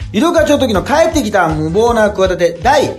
医療課長時の帰ってきた無謀な企て第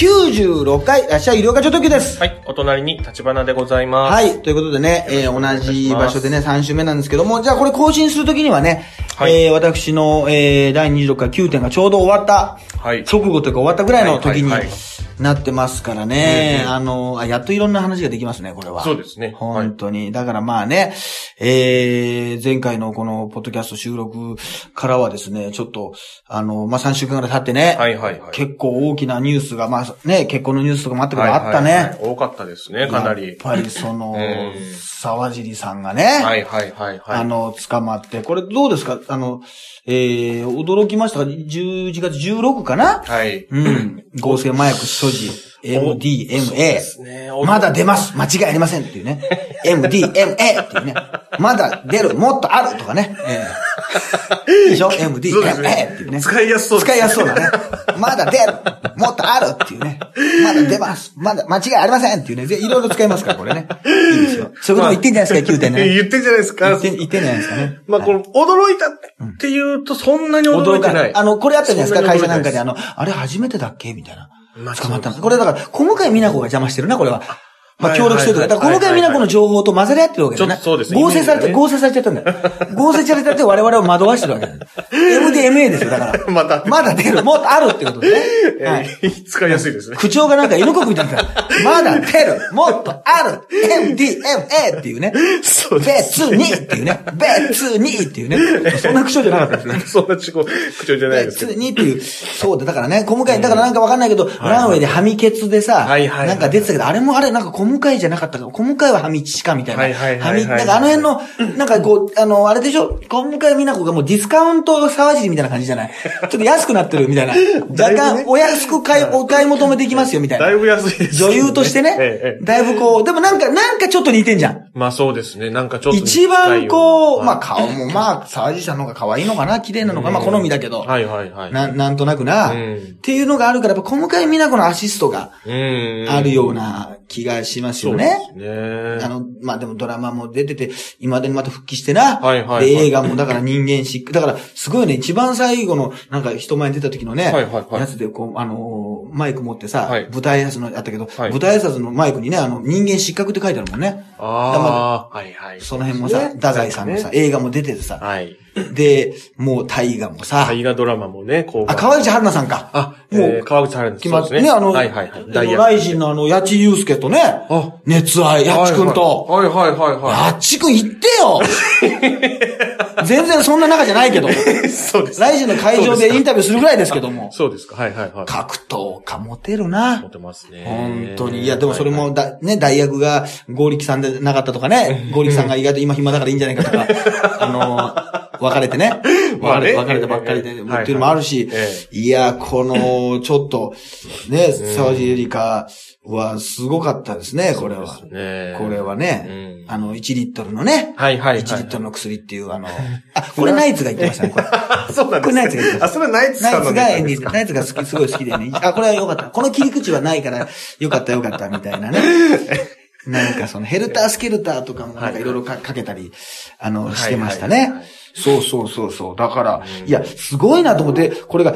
96回、医療課長時です。 はい、お隣に立花でございます。 はい、ということでね、同じ場所でね、3週目なんですけども、じゃあこれ更新するときにはね、はい、私の、第26回9点がちょうど終わった、はい、直後というか終わったぐらいの時になってますからね、やっといろんな話ができますね、これは。 そうですね。 本当に。はい、だからまあね、前回のこのポッドキャスト収録からはですね、ちょっと、3週間ぐらい経ってね、はいはいはい、結構大きなニュースが、まあね、結婚のニュースとかもあったけど、あったね、はいはいはい。 多かったですね、かなり。 やっぱりその、沢尻さんがね、 はいはいはいはい。 捕まって、これどうですか？驚きましたか？11月16かな？ はい。 うん。合成麻薬所持。MDMA。ね、まだ出ます。間違いありませんっていうね。MDMA っていうね。まだ出る。もっとあるとかね。いいでしょ ?MDMA っていうね。 使いやすそう。 使いやすそうだね。まだ出る。もっとあるっていうね。まだ出ます。まだ間違いありませんっていうね。いろいろ使いますから、これね。いいですよ。そういうことも言ってんじゃないですか、9点ね。 言ってんじゃないですか。 言ってんじゃないですかね。 まあ、この、驚いたっていうと、そんなに驚いてない。 これあったじゃないですか、会社なんかであれ初めてだっけみたいな。捕まったんです。これだから、小向井美奈子が邪魔してるな、これは。まあ、協力してるとか。だから、小向井美奈子の情報と混ざり合ってるわけだよね。 そうですね。 合成されちゃったんだよ。合成されちゃって我々を惑わしてるわけだよ。MDMA ですよ、だから。まだ出る。もっとあるってことでね。 はい。使いやすいですね。 口調がなんか犬国みたいな。まだ出る。もっとある。MDMA っていうね。 そうです。 別にっていうね。別にっていうね。そんな口調じゃなかったですね。 そんな口調じゃないですけど。 別にっていう。そうだからね、小向井、だからなんかわかんないけど、ランウェイでハミケツでさ、なんか出てたけど、あれもなんか小向井じゃなかったか、小向井はハミチかみたいな。なんかあの辺の、なんかこう、あれでしょ、小向井美奈子がもうディスカウント沢尻みたいな感じじゃない？ちょっと安くなってるみたいな。若干お安くお買い求めできますよみたいな。 だいぶ安いです。 女優としてね。だいぶこう、でもなんかちょっと似てんじゃん。 まあそうですね。なんかちょっと。 一番こう、まあ顔もまあ、沢尻さんの方が可愛いのかな、綺麗なのかな、まあ好みだけど。 はいはいはい。 なんとなくな。っていうのがあるから、やっぱ小向井美奈子のアシストがあるような気がしますよね。 そうですね。 まあでもドラマも出てて、今でまた復帰してな。 はいはい。 で、映画もだから人間シック。だから、すごいね、一番最後の、なんか人前に出た時のね、やつでこう、マイク持ってさ、舞台挨拶のあったけど、舞台挨拶のマイクにね、人間失格って書いてあるもんね。 はいはい。 その辺もさ、太宰さんのさ、映画も出ててさ、 はい。 で、もう大河もさ、 大河ドラマもね、こう。 川口春奈さんか。 もう、川口春奈決まってね、 はいはいはい。 ライジンの八千祐介とね、熱愛、やっちくんと。 はいはいはい。 やっちくん行ってよ全然そんな仲じゃないけど。 そうです。 ライジンの会場でインタビューするぐらいですけども。 そうですか。はいはいはい。 格闘家モテるな。 モテますね。 本当に。いや、でもそれもね、代役が剛力さんでなかったとかね、剛力さんが意外と今暇だからいいんじゃないかとか、別れてね。別れたばっかりで、っていうのもあるし、いや、この、ちょっと、ね、沢尻エリカはすごかったですね、これは。これはね、1リットルのね、1リットルの薬っていう、これナイツが言ってましたね、これ。 そうなんですね。 これナイツが言ってました。 それナイツさんのナイツがすごい好きでね。これはよかった。この切り口はないから、よかったみたいなね。なんかそのヘルタースケルターとかもなんかいろいろかけたり、してましたね。そう。だから、いや、すごいなと思って、これが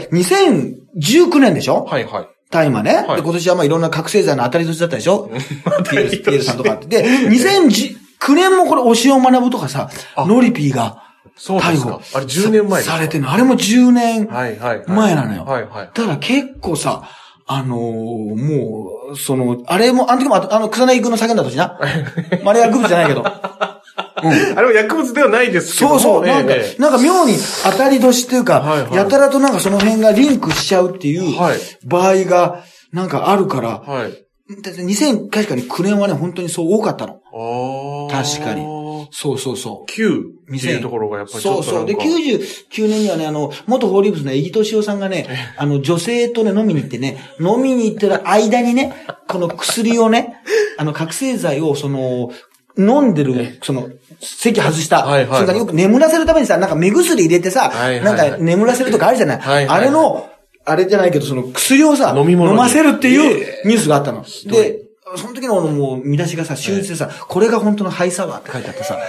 2019年でしょ？ はいはい。 大麻ね。で、今年はまあいろんな覚醒剤の当たり年だったでしょ？ピエールさんとかって。で、2019年もこれ、押尾学とかさ、ノリピーが、逮捕。 あれ10年前されてるの。あれも10年前なのよ。 はい。 だから結構さ、もう、あれも、あの時も、草薙くんの叫んだ年な。あれ薬物じゃないけど。 あれは薬物ではないですけど。 そう。なんか妙に当たり年っていうか、やたらとなんかその辺がリンクしちゃうっていう場合が、なんかあるから、確かに9年はね、本当にそう多かったの。確かに。そう。 9っていうところがやっぱりちょっとそう。で、99年にはね、元フォーリーブスの江木敏夫さんがね、女性とね、飲みに行ってる間にね、この薬をね、覚醒剤を飲んでる、席外した。それからよく眠らせるためにさ、なんか目薬入れてさ、なんか眠らせるとかあるじゃない。あれの、あれじゃないけど、薬をさ、飲ませるっていうニュースがあったの。で、その時のもう見出しがさ、秀逸でさ、これが本当のハイサワーって書いてあってさ、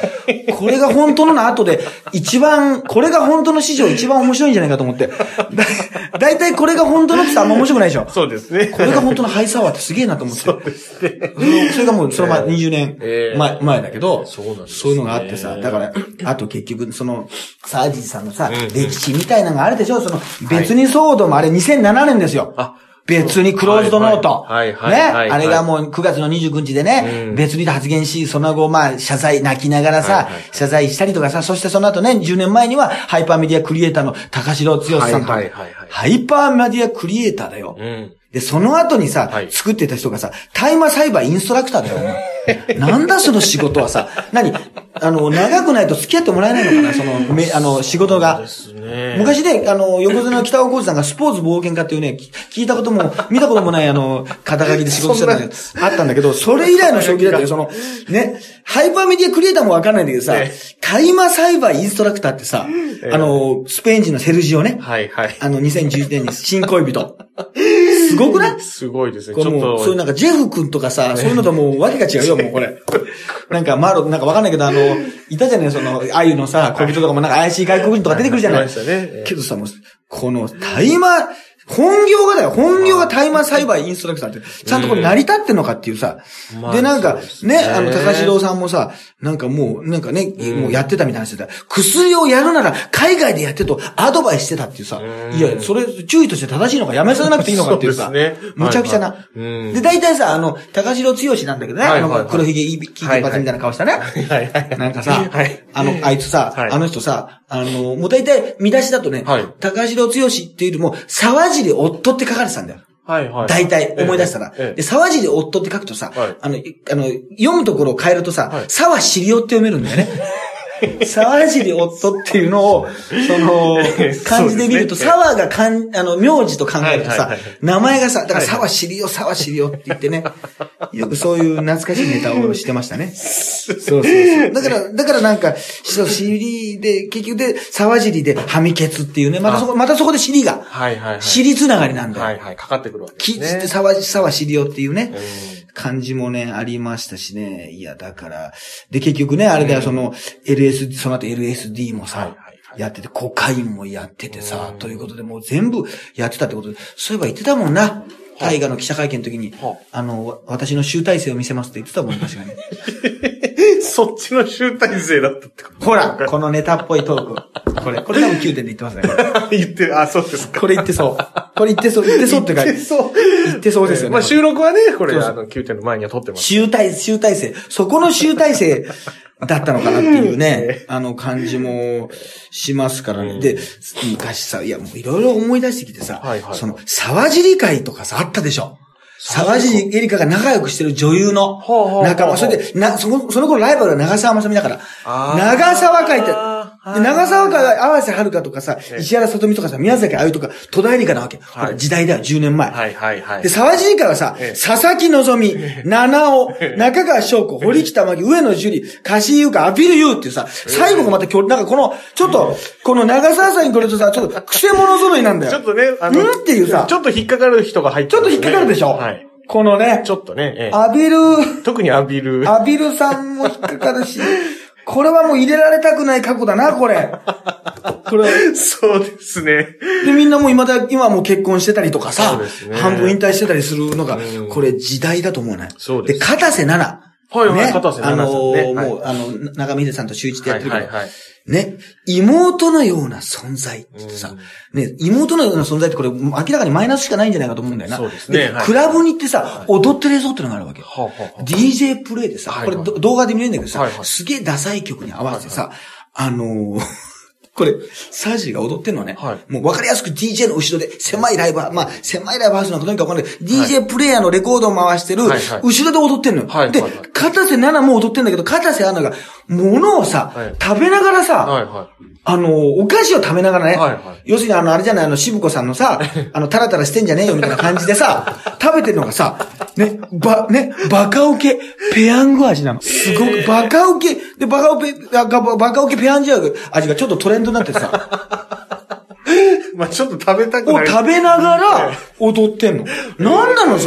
これが本当の後で、これが本当の史上一番面白いんじゃないかと思って。だいたいこれが本当のってあんま面白くないでしょ。 そうですね。 これが本当のハイサワーってすげえなと思って。 そうですね。 それがもう、その20年前だけど、 そうなんですね。 そういうのがあってさ、だから、あと結局、サージさんのさ、歴史みたいなのがあるでしょ。別に騒動もあれ2007年ですよ。別にクローズドノート。ね。あれがもう9月の29日でね、別に発言し、その後、謝罪、泣きながらさ、謝罪したりとかさ、そしてその後ね、10年前には、ハイパーメディアクリエイターの高城剛さんと、ハイパーメディアクリエイターだよ。で、その後にさ、作ってた人がさ、大麻栽培インストラクターだよ。なんだその仕事はさ、長くないと付き合ってもらえないのかな、仕事が。昔ね、横綱の北岡浩二さんがスポーツ冒険家っていうね、聞いたことも、見たこともない肩書きで仕事してたんだけど、あったんだけど、それ以来の将棋だったよ、ね、ハイパーメディアクリエイターもわかんないんだけどさ、大麻栽培インストラクターってさ、スペイン人のセルジオね。2011年に新恋人。すごくない？ すごいですね。 ちょっと。そういうなんかジェフ君とかさ、そういうのともうわけが違うよ、もうこれ。なんかなんかわかんないけど、いたじゃない、あゆのさ、恋人とかもなんか怪しい外国人とか出てくるじゃない。けどさ、もう、この大麻、本業が大麻栽培インストラクターって、ちゃんとこれ成り立ってんのかっていうさ。で、なんか、ね、高城さんもさ、なんかもうやってたみたいなしてた。薬をやるなら海外でやってとアドバイスしてたっていうさ。いや、それ注意として正しいのかやめさせなくていいのかっていうさ。むちゃくちゃな。で、大体さ、高城剛なんだけどね、黒ひげ一発みたいな顔したね。なんかさ、あいつさ、あの人さ、もう大体見出しだとね、高城剛っていうよりも、沢尻夫って書かれてたんだよ。大体思い出したら。で、沢尻夫って書くとさ、読むところを変えるとさ、沢尻夫って読めるんだよね。沢尻夫っていうのを、漢字で見ると、沢が名字と考えるとさ、名前がさ、だから沢尻夫って言ってね、よくそういう懐かしいネタをしてましたね。そう。だからなんか、尻で、結局で、沢尻で、はみけつっていうね、またそこで尻が、尻つながりなんだよ。 かかってくるわけですね。 沢尻夫っていうね、感じもね、ありましたしね。いや、だから、で、結局ね、あれだよ、その後 LSD もさ、やってて、コカインもやっててさ、ということで、もう全部やってたってことで、そういえば言ってたもんな。大河の記者会見の時に、私の集大成を見せますって言ってたもん、確かに。 そっちの集大成だったってこと？ ほら、このネタっぽいトーク。これ多分9点で言ってますね。 言ってる、そうですか。 これ言ってそう。って書いて。言ってそうですよね。 収録はね、これ、9点の前には撮ってます。 集大成。そこの集大成だったのかなっていうね、感じもしますからね。で、昔さ、いや、もういろいろ思い出してきてさ、沢尻会とかさ、あったでしょ。沢尻エリカが仲良くしてる女優の仲間。それで、その頃ライバルは長澤まさみだから。長澤会って、長澤会は綾瀬はるかとかさ、石原さとみとかさ、宮崎あゆとか、戸田恵梨香なわけ。時代だよ、10年前。で、沢尻会はさ、佐々木希、七尾、中川翔子、堀北真希、上野樹里、柏優香、アピルユーっていうさ、最後がまたなんかちょっと、この長澤さんにこれとさ、ちょっと癖者揃いなんだよ。 ちょっとね、 っていうさ、 ちょっと引っかかる人が入ってる。 ちょっと引っかかるでしょ。このね、 ちょっとね、 特にアビルさんも引っかかるし、これはもう入れられたくない過去だな、これ。 そうですね。 で、みんなもう今はもう結婚してたりとかさ、半分引退してたりするのが、これ時代だと思うね。 そうです。 で、片瀬奈々。 ね、片瀬奈々さんね。 もう、中見秀さんと週一でやってるから。ね、妹のような存在って言ってさ、ね、妹のような存在ってこれ明らかにマイナスしかないんじゃないかと思うんだよな。 そうですね。 クラブに行ってさ、踊ってる映像ってのがあるわけ。DJ プレイでさ、これ動画で見れるんだけどさ、すげえダサい曲に合わせてさ、これ、サージが踊ってんのね。もう分かりやすく DJ の後ろで、狭いライブハウスなんか何か分かんない。DJ プレイヤーのレコードを回してる、後ろで踊ってんのよ。で、片瀬奈々も踊ってんだけど、片瀬奈々が、物をさ、食べながらさ、お菓子を食べながらね、要するにあれじゃない、渋子さんのさ、タラタラしてんじゃねえよみたいな感じでさ、食べてるのがさ、バカウケペヤング味なの。すごく、バカウケペヤング味がちょっとトレンドになってさ。 ちょっと食べたくなる。 食べながら踊ってんの。なんなのそれ。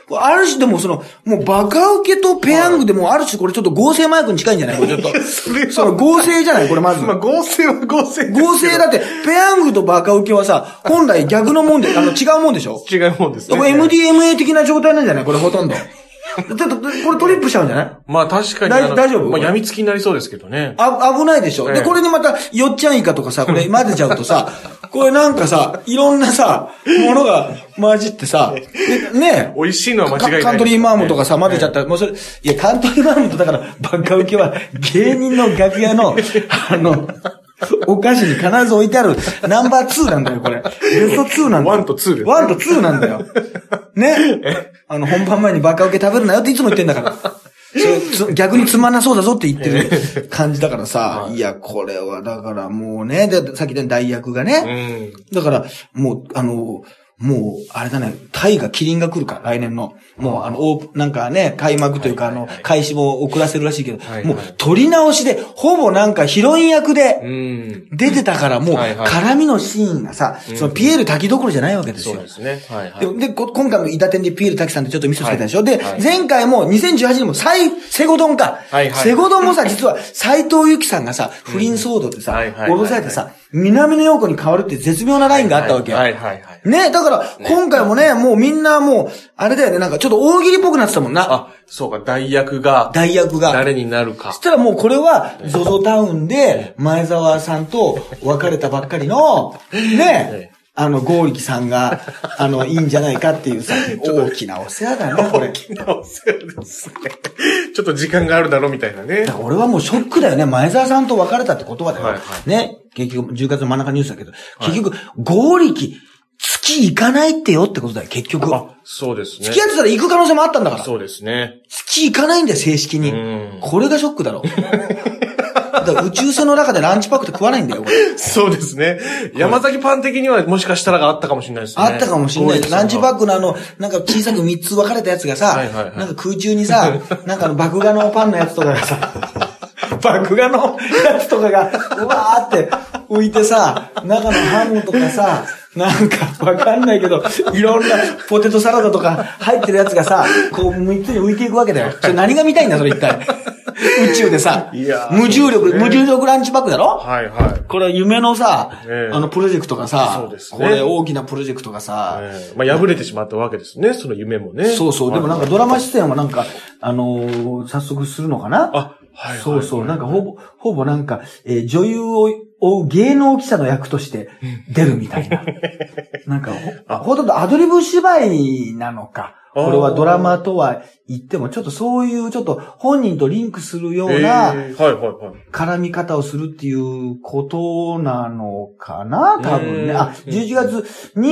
ある種でももうバカウケとペヤングでもある種これちょっと合成麻薬に近いんじゃないこれちょっと。合成じゃないこれまず。 まあ合成は合成。 合成だって、ペヤングとバカウケはさ、本来逆のもんで、違うもんでしょ？ 違うもんですね。 これ MDMA 的な状態なんじゃないこれほとんど。ちょっと、これトリップしちゃうんじゃないまあ確かに。 大丈夫まあ病みつきになりそうですけどね。 危ないでしょ、で、これにまた、よっちゃんイカとかさ、これ混ぜちゃうとさ、これなんかさ、いろんなさ、ものが混じってさ、ね美味しいのは間違いない。 カントリーマームとかさ、混ぜちゃったら、もうそれ、いや、カントリーマームとだから、バカウケは、芸人の楽屋の、お菓子に必ず置いてあるナンバー2なんだよ、これ。ベスト2なんだよ。 1と2です。 1と2なんだよ。ね。本番前にバカウケ食べるなよっていつも言ってんだから。逆につまんなそうだぞって言ってる感じだからさ。いや、これはだからもうね、で、さっき言った代役がね。だから、もう、あれだね、タイが、キリンが来るか、来年の。もう、なんかね、開幕というか、開始も遅らせるらしいけど、もう、撮り直しで、ほぼなんかヒロイン役で、出てたから、もう、絡みのシーンがさ、ピエール滝どころじゃないわけですよ。 そうですね。 で、今回もイタテンでピエール滝さんってちょっと見せつけたでしょ。で、前回も2018年もセゴドンか。セゴドンもさ、実は、斎藤由貴さんがさ、不倫騒動でさ、降ろされてさ、南野陽子に変わるって絶妙なラインがあったわけよ。ね、だから、今回もね、もうみんなもう、あれだよね、なんかちょっと大喜利っぽくなってたもんな。 あ、そうか、代役が。誰になるか。 そしたらもうこれは、ZOZO タウンで、前澤さんと別れたばっかりの、ね、剛力さんが、いいんじゃないかっていうさ、大きなお世話だな、これ。 大きなお世話ですね。ちょっと時間があるだろ、みたいなね。 俺はもうショックだよね。前澤さんと別れたって言葉だよ。ね。結局、10月の真ん中ニュースだけど、結局、剛力、月行かないってよってことだよ、結局。 そうですね。 付き合ってたら行く可能性もあったんだから。 そうですね。 月行かないんだよ、正式に。これがショックだろ。だから宇宙船の中でランチパックって食わないんだよ、これ。 そうですね。山崎パン的にはもしかしたらあったかもしれないですね。 あったかもしれない。ランチパックのなんか小さく3つ分かれたやつがさ、なんか空中にさ、なんか麦芽のパンのやつとかがさ、麦芽のやつとかが、うわーって浮いてさ、中のハムとかさ、なんかわかんないけど、いろんなポテトサラダとか入ってるやつがさ、こう3つに浮いていくわけだよ。それ何が見たいんだ、それ一体。宇宙でさ、無重力ランチパックだろ？これは夢のさ、プロジェクトがさ、これ大きなプロジェクトがさ、 まあ破れてしまったわけですね、その夢もね。 そうそう、でもなんかドラマ出演はなんか、早速するのかな？そうそう、なんかほぼなんか、女優を追う芸能記者の役として出るみたいな。なんか、ほとんどアドリブ芝居なのか。これはドラマとは言っても、ちょっとそういうちょっと本人とリンクするような絡み方をするっていうことなのかな多分ね。12月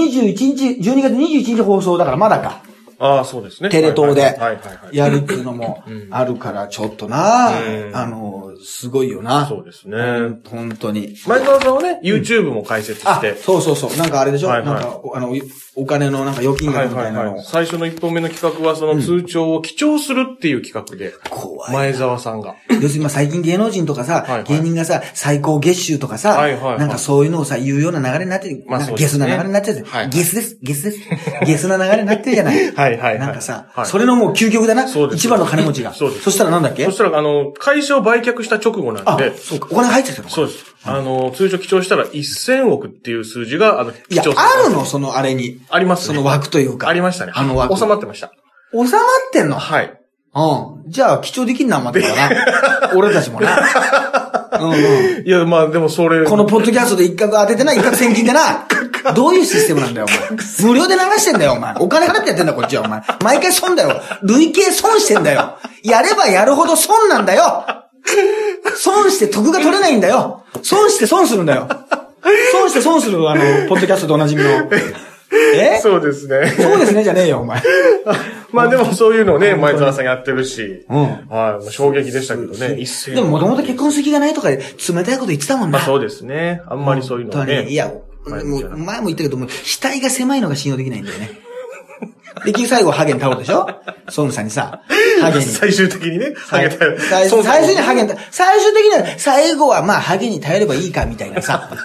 21日放送だからまだか。 そうですね。 テレ東でやるっていうのもあるから、ちょっとな、すごいよな。 そうですね。 本当に。 前澤さんはね、YouTube も開設して。 そう。なんかあれでしょなんか、お金のなんか預金額みたいなの。 最初の1本目の企画は、その通帳を記帳するっていう企画で。 怖い。 前澤さんが。 要するに最近芸能人とかさ、芸人がさ、最高月収とかさ、なんかそういうのをさ、言うような流れになってる。ゲスな流れになってる。ゲスです。ゲスな流れになってるじゃない。なんかさ、それのもう究極だな。一番の金持ちが。そしたらなんだっけ？ そしたら、会社を売却した直後なんで。 そうか、お金入ってたの？ そうです。通常記帳したら1000億っていう数字が、 記帳されてあるの？そのあれに。 あります。 その枠というか。 ありましたね。 枠。 収まってました。 収まってんの？ はい。 じゃあ、記帳できんな、まったからな。俺たちもな。 いや、まあ、でもそれ。 このポッドキャストで一角当ててな、一角千金でな。どういうシステムなんだよ、お前。無料で流してんだよ、お前。お金払ってやってんだ、こっちは、お前。毎回損だよ。累計損してんだよ。やればやるほど損なんだよ。損して得が取れないんだよ。損して損するんだよ。損して損する、ポッドキャストでおなじみの。 そうですね。 そうですね、じゃねえよ、お前。 まあでもそういうのをね、前澤さんやってるし。はい。衝撃でしたけどね、 でももともと結婚好きがないとかで冷たいこと言ってたもんな。 まあそうですね。あんまりそういうのはね。 いや、前も言ったけど、額が狭いのが信用できないんだよね。で、結局最後ハゲに倒るでしょソンさんにさ、ハゲに。 最終的にね、ハゲ頼る。 最終的には最後はまあハゲに頼ればいいかみたいなさ、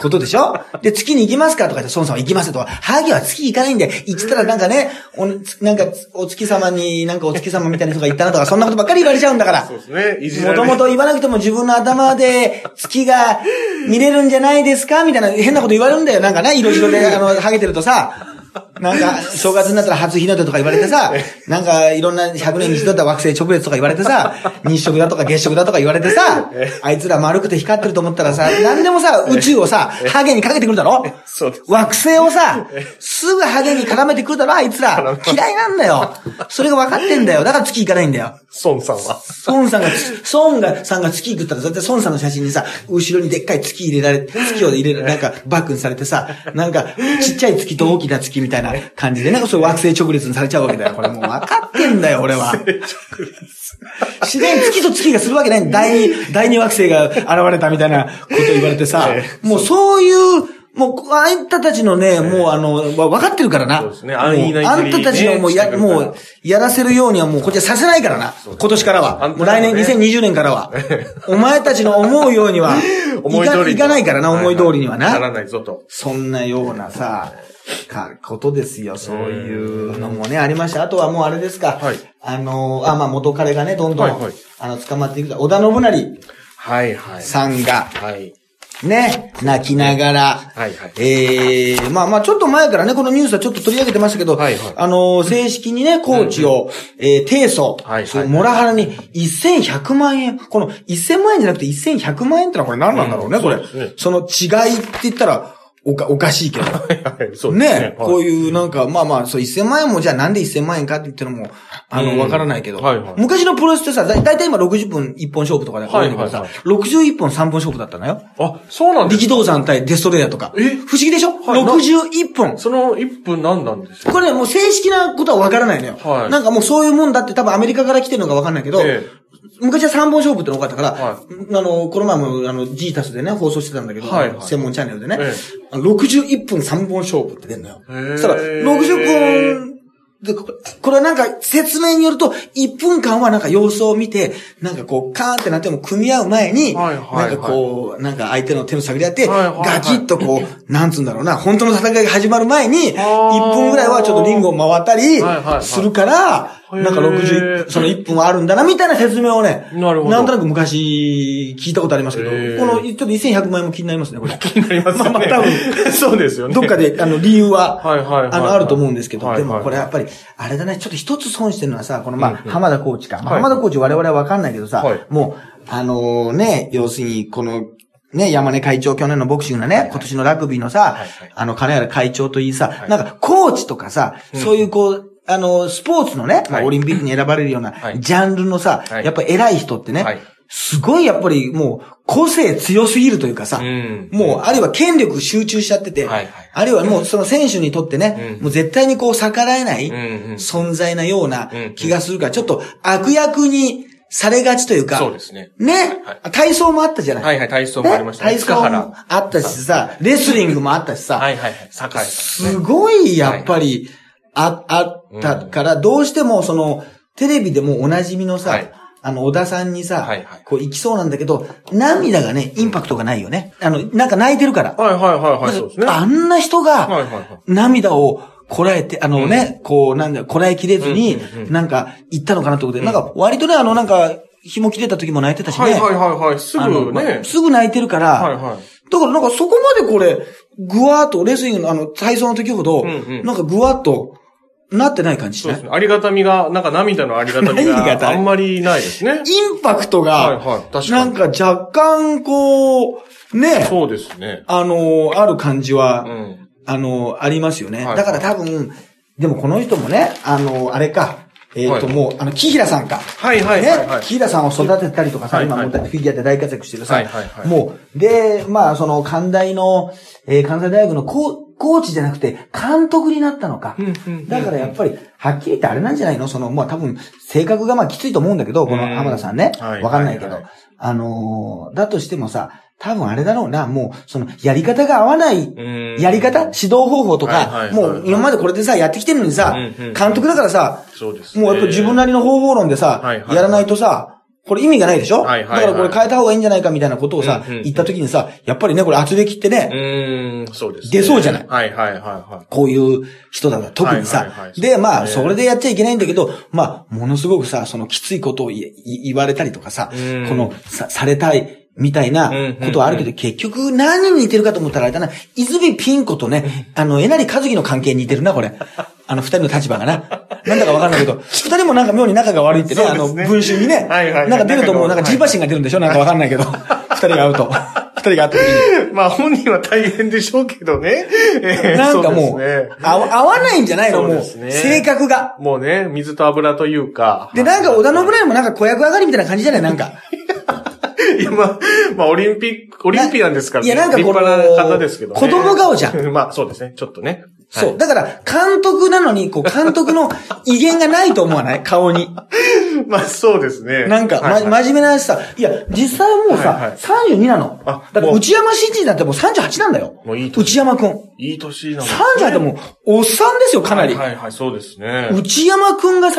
ことでしょ。で、月に行きますかとか言って、孫さんは行きますとか、ハゲは月行かないんで、行ってたらなんかね、なんかお月様に、なんかお月様みたいな人が行ったなとか、そんなことばっかり言われちゃうんだから。 そうですね。 もともと言わなくても自分の頭で月が見れるんじゃないですかみたいな変なこと言われるんだよ。なんかね、色白でハゲてるとさ、なんか、正月になったら初日の出とか言われてさ、なんか、いろんな100年に一度だった惑星直列とか言われてさ、日食だとか月食だとか言われてさ、あいつら丸くて光ってると思ったらさ、何でもさ、宇宙をさ、ハゲにかけてくるだろ。 そうです。 惑星をさ、すぐハゲに絡めてくるだろ、あいつら。嫌いなんだよ。それが分かってんだよ。だから月行かないんだよ。 孫さんは。 孫さんが月行くったら、絶対孫さんの写真にさ、後ろにでっかい月を入れる、なんかバッグにされてさ、なんか、ちっちゃい月と大きな月みたいな感じで、なんかそういう惑星直列にされちゃうわけだよ。これもう分かってんだよ、俺は。自然に月と月がするわけないんだ。第二惑星が現れたみたいなこと言われてさ、もうそういう、もう、あんたたちのね、もう分かってるからな。 そうですね。 あんたたちのもうやらせるようにはもうこっちはさせないからな。今年からは。もう来年、2020年からは。お前たちの思うようには、いかないからな、思い通りにはな。 ならないぞと。 そんなようなさ、ことですよ。そういうのもね、ありました。あとはもうあれですか。 はい。 まあ元彼がね、どんどん、捕まっていく。織田信成。 はいはい。 さんが。 はい。 ね、泣きながら、 はいはい。 まあちょっと前からね、このニュースはちょっと取り上げてましたけど、 はいはい。 正式にね、コーチを、提訴、 はいはい。 モラハラに1100万円、この1000万円じゃなくて1100万円ってのはこれ何なんだろうね、これ。その違いって言ったら、おかしいけど。 そうですね。 こういうなんか、そう1000万円もじゃあなんで1000万円かって言ってのも、わからないけど。昔のプロレスってさ、だいたい今60分1本勝負とかで多いんだけどさ、61本3本勝負だったのよ。 あ、そうなんですか。 力道山対デストレイヤーとか。不思議でしょ ?61 本。 その1分何なんですか？ これね、もう正式なことはわからないのよ。なんかもうそういうもんだって多分アメリカから来てるのかわかんないけど、昔は3本勝負ってのが多かったから、この前もジータスでね、放送してたんだけど、専門チャンネルでね、61分3本勝負って出るのよ。そしたら、60分、で、これはなんか説明によると、1分間はなんか様子を見て、なんかこう、カーンってなっても組み合う前に、なんかこう、なんか相手の手の先でやって、ガキッとこう、なんつうんだろうな、本当の戦いが始まる前に、1分ぐらいはちょっとリングを回ったりするから、なんかその1分はあるんだな、みたいな説明をね、なんとなく昔聞いたことありますけど、この、ちょっと1100万円も気になりますね、これ。 気になりますね。 多分。 そうですよね。 どっかで、理由は、あると思うんですけど、でもこれやっぱり、あれだね、ちょっと一つ損してるのはさ、この浜田コーチか。浜田コーチ我々はわかんないけどさ、もう、要するに、この、ね、山根会長、去年のボクシングのね、今年のラグビーのさ、金原会長といいさ、なんか、コーチとかさ、そういうこう、スポーツのね、オリンピックに選ばれるような、ジャンルのさ、やっぱり偉い人ってね、すごいやっぱりもう、個性強すぎるというかさ、もう、あるいは権力集中しちゃってて、あるいはもうその選手にとってね、もう絶対にこう逆らえない存在なような気がするから、ちょっと悪役にされがちというか、 そうですね。 ね、体操もあったじゃない。 はいはい、体操もありましたね。 体操もあったしさ、レスリングもあったしさ、すごいやっぱりあったから、どうしてもその、テレビでもおなじみのさ、小田さんにさ、こう行きそうなんだけど、涙がね、インパクトがないよね。なんか泣いてるから。 そうですね。 あんな人が、涙をこらえて、こう、こらえきれずに、なんか、行ったのかなってことで、なんか、割とね、なんか、紐切れた時も泣いてたしね。 すぐね。 すぐ泣いてるから、だからなんかそこまでこれ、ぐわーっと、レスリングの体操の時ほど、なんかぐわーっと、なってない感じしない？ そうですね。ありがたみが、なんか涙のありがたみがあんまりないですね。 インパクトが、なんか若干こう、ね。 そうですね。 ある感じは、ありますよね。だから多分、でもこの人もね、あれか、もう、木平さんか。木平さんを育てたりとかさ、今もうフィギュアで大活躍してるさ、もう、で、その、関西大学のコーチじゃなくて、監督になったのか。だからやっぱり、はっきり言ってあれなんじゃないのその、多分、性格がきついと思うんだけど、この浜田さんね。わかんないけど。だとしてもさ、多分あれだろうな、もう、その、やり方が合わない、やり方指導方法とか、もう、今までこれでさ、やってきてるのにさ、監督だからさ、もうやっぱ自分なりの方法論でさ、やらないとさ、 これ意味がないでしょ？ はいはいはい。 だからこれ変えた方がいいんじゃないかみたいなことをさ、言った時にさ、やっぱりね、これ圧力ってね、 そうですね。 出そうじゃない。 はいはいはい。 こういう人だから、特にさ。で、まあ、それでやっちゃいけないんだけど、まあ、ものすごくさ、そのきついことを言われたりとかさ、この、されたい、みたいなことはあるけど、結局何に似てるかと思ったらあれだな、泉ピン子とね、えなりかずきの関係に似てるな、これ。二人の立場がな。なんだかわかんないけど、二人もなんか妙に仲が悪いってね、文春にね。なんか出るともうなんかジーパシンが出るんでしょ？なんかわかんないけど。二人が会うと。二人が会った時に。 まあ本人は大変でしょうけどね。 なんかもう、合わないんじゃないの？もう、性格が。 もうね、水と油というか。 で、なんか織田信長もなんか子役上がりみたいな感じじゃない？なんか。 いや、まあ、オリンピアンですからね。 いや、なんかこの、 立派な方ですけどね。 子供顔じゃん。 まあ、そうですね。ちょっとね。 そう。だから、監督なのに、こう、監督の威厳がないと思わない？顔に。 まあ、そうですね。 なんか、真面目な話さ。いや、実際もうさ、32なの。だから、内山真司だってもう38なんだよ。 もういい年。 内山くん。 いい年なの。 38ってもう、おっさんですよ、かなり。 はいはい、そうですね。 内山くんが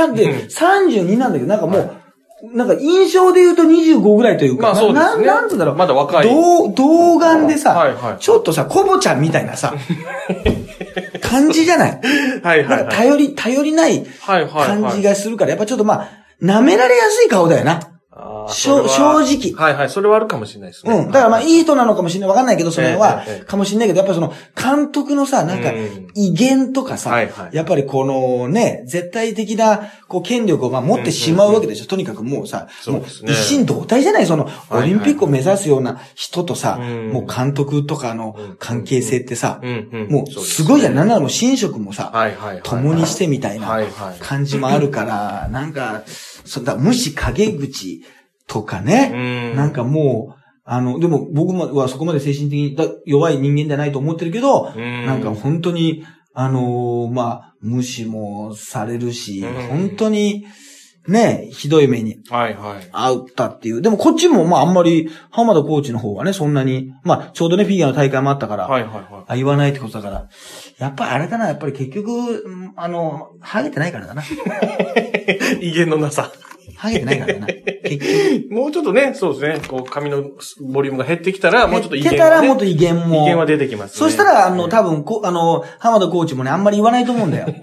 32なんだけど、なんかもう、なんか印象で言うと25ぐらいというか、 まあそうですね。 なんつうんだろう。 まだ若い。 童顔でさ、ちょっとさ、コボちゃんみたいなさ、感じじゃない？ はいはい。 頼りない感じがするから、やっぱちょっとまあ、舐められやすい顔だよな。正直。 はいはい。それはあるかもしれないですね。 だからまあ、いい人なのかもしれない。わかんないけど、それは、かもしれないけど、やっぱりその、監督のさ、なんか、威厳とかさ、やっぱりこのね、絶対的な、こう、権力をまあ持ってしまうわけでしょ。とにかくもうさ、もう一心同体じゃない？その、オリンピックを目指すような人とさ、もう監督とかの関係性ってさ、もう、すごいじゃん。なんならもう寝食もさ、共にしてみたいな感じもあるから、なんか、無視陰口、とかね。なんかもう、でも僕はそこまで精神的に弱い人間じゃないと思ってるけど、なんか本当に、まあ、無視もされるし、本当に、ね、ひどい目に遭ったっていう。でもこっちもまああんまり、浜田コーチの方はね、そんなに、まあちょうどね、フィギュアの大会もあったから、言わないってことだから、やっぱりあれだな、やっぱり結局、ハゲてないからだな。 威厳のなさ。 ハゲてないからな。結局。もうちょっとね、そうですね、こう、髪のボリュームが減ってきたら、もうちょっと威厳、ね。 減ってたらもっと威厳も。 威厳は出てきますね。 そしたら、多分、浜田コーチもね、あんまり言わないと思うんだよ。だって、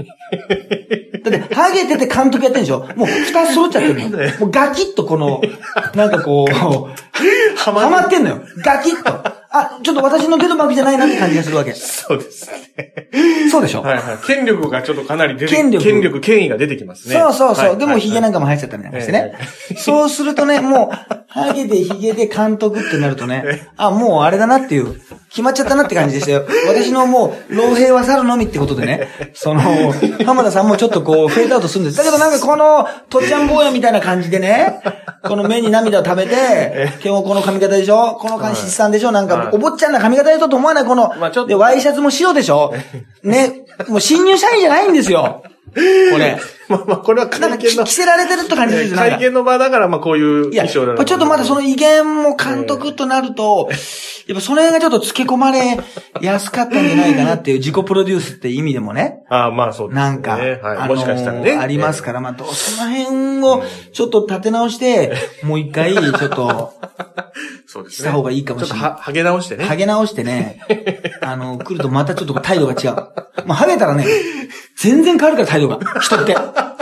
ハゲてて監督やってんでしょ？もう二つ揃っちゃってるの。もうガキッとこの、なんかこう、はまってんのよ。ガキッと。ちょっと私の出る幕じゃないなって感じがするわけ。 そうですね。 そうでしょ？ はいはい。権力がちょっとかなり出て権威が出てきますね。 そう。でもヒゲなんかも生えちゃったりなんかしてね。そうするとね、もう、ハゲでヒゲで監督ってなるとね、もうあれだなっていう、決まっちゃったなって感じでしたよ。私のもう、老兵は去るのみってことでね、浜田さんもちょっとこう、フェードアウトするんです。だけどなんかこの、とっちゃん坊やみたいな感じでね、この目に涙を溜めて、今日この髪型でしょ？この感じさんでしょ？なんか、お坊ちゃんな髪型でしょと思わないこの、で、ワイシャツも白でしょ？ね、もう新入社員じゃないんですよ。これ。 これは会見の。 着せられてるって感じですよ。 会見の場だから、こういう衣装だな。ちょっとまだその威厳も監督となると、やっぱその辺がちょっと付け込まれやすかったんじゃないかなっていう自己プロデュースって意味でもね。 まあそうですね。 なんか、 もしかしたらね。 ありますから、その辺をちょっと立て直して、もう一回、ちょっと、 そうですね。 した方がいいかもしれない。 ちょっとハゲ直してね。 ハゲ直してね。来るとまたちょっと態度が違う。ハゲたらね、全然変わるから態度が。人って。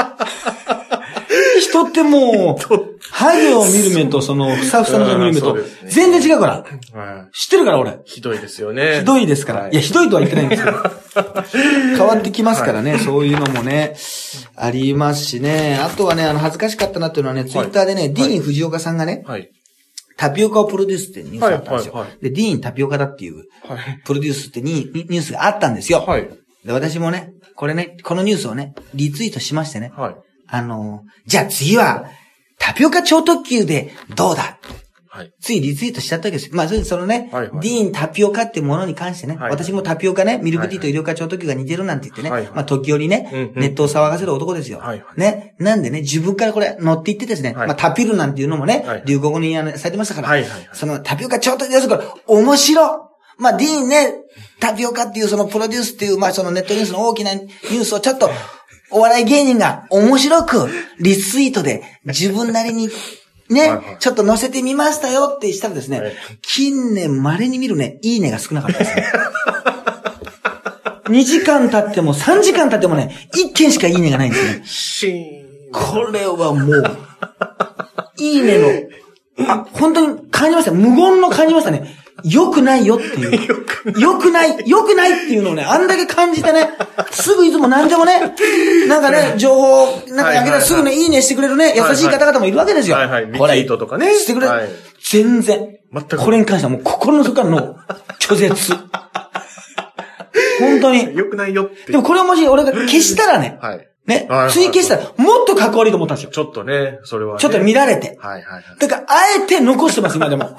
人ってもう、ハゲを見る目と、ふさふさの目を見る目と、全然違うから。知ってるから、俺。 ひどいですよね。 ひどいですから。いや、ひどいとは言ってないんですけど。変わってきますからね、そういうのもね、ありますしね。あとはね、恥ずかしかったなっていうのはね、ツイッターでね、ディーン・藤岡さんがね、タピオカをプロデュースってニュースがあったんですよ。で、ディーン・タピオカだっていう、プロデュースってニュースがあったんですよ。で、私もね、このニュースをね、リツイートしましてね。じゃあ次は、タピオカ超特急でどうだ？ついリツイートしちゃったわけですよ。ディーンタピオカっていうものに関してね、私もタピオカね、ミルクティーと医療科超特急が似てるなんて言ってね、時折ね、ネットを騒がせる男ですよ。ね、なんでね、自分からこれ乗っていってですね、タピルなんていうのもね、流行語にされてましたから、そのタピオカ超特急ですから、面白ディーンね、タピオカっていうそのプロデュースっていう、そのネットニュースの大きなニュースをちょっと、お笑い芸人が面白くリツイートで自分なりにね、 はいはいちょっと載せてみましたよってしたらですね、近年稀に見るね、いいねが少なかったですね。2時間経っても3時間経ってもね、1件しかいいねがないんですね。 シーン。これはもう、いいねの、本当に感じました。無言の感じましたね。良くないよっていう。良くないっていうのをね、あんだけ感じてね、すぐいつも何でもね、なんかね、情報、なんかあげたらすぐね、いいねしてくれるね、優しい方々もいるわけですよ。 はいはい。リツイートとかね。 してくれる。全然。全く。これに関してはもう心の底からの拒絶。本当に。 良くないよって。 でもこれをもし俺が消したらね、ね、追消したらもっとかっこ悪いと思ったんですよ。 ちょっとね、それは、ね。 ちょっと見られて。だから、あえて残してます、今でも。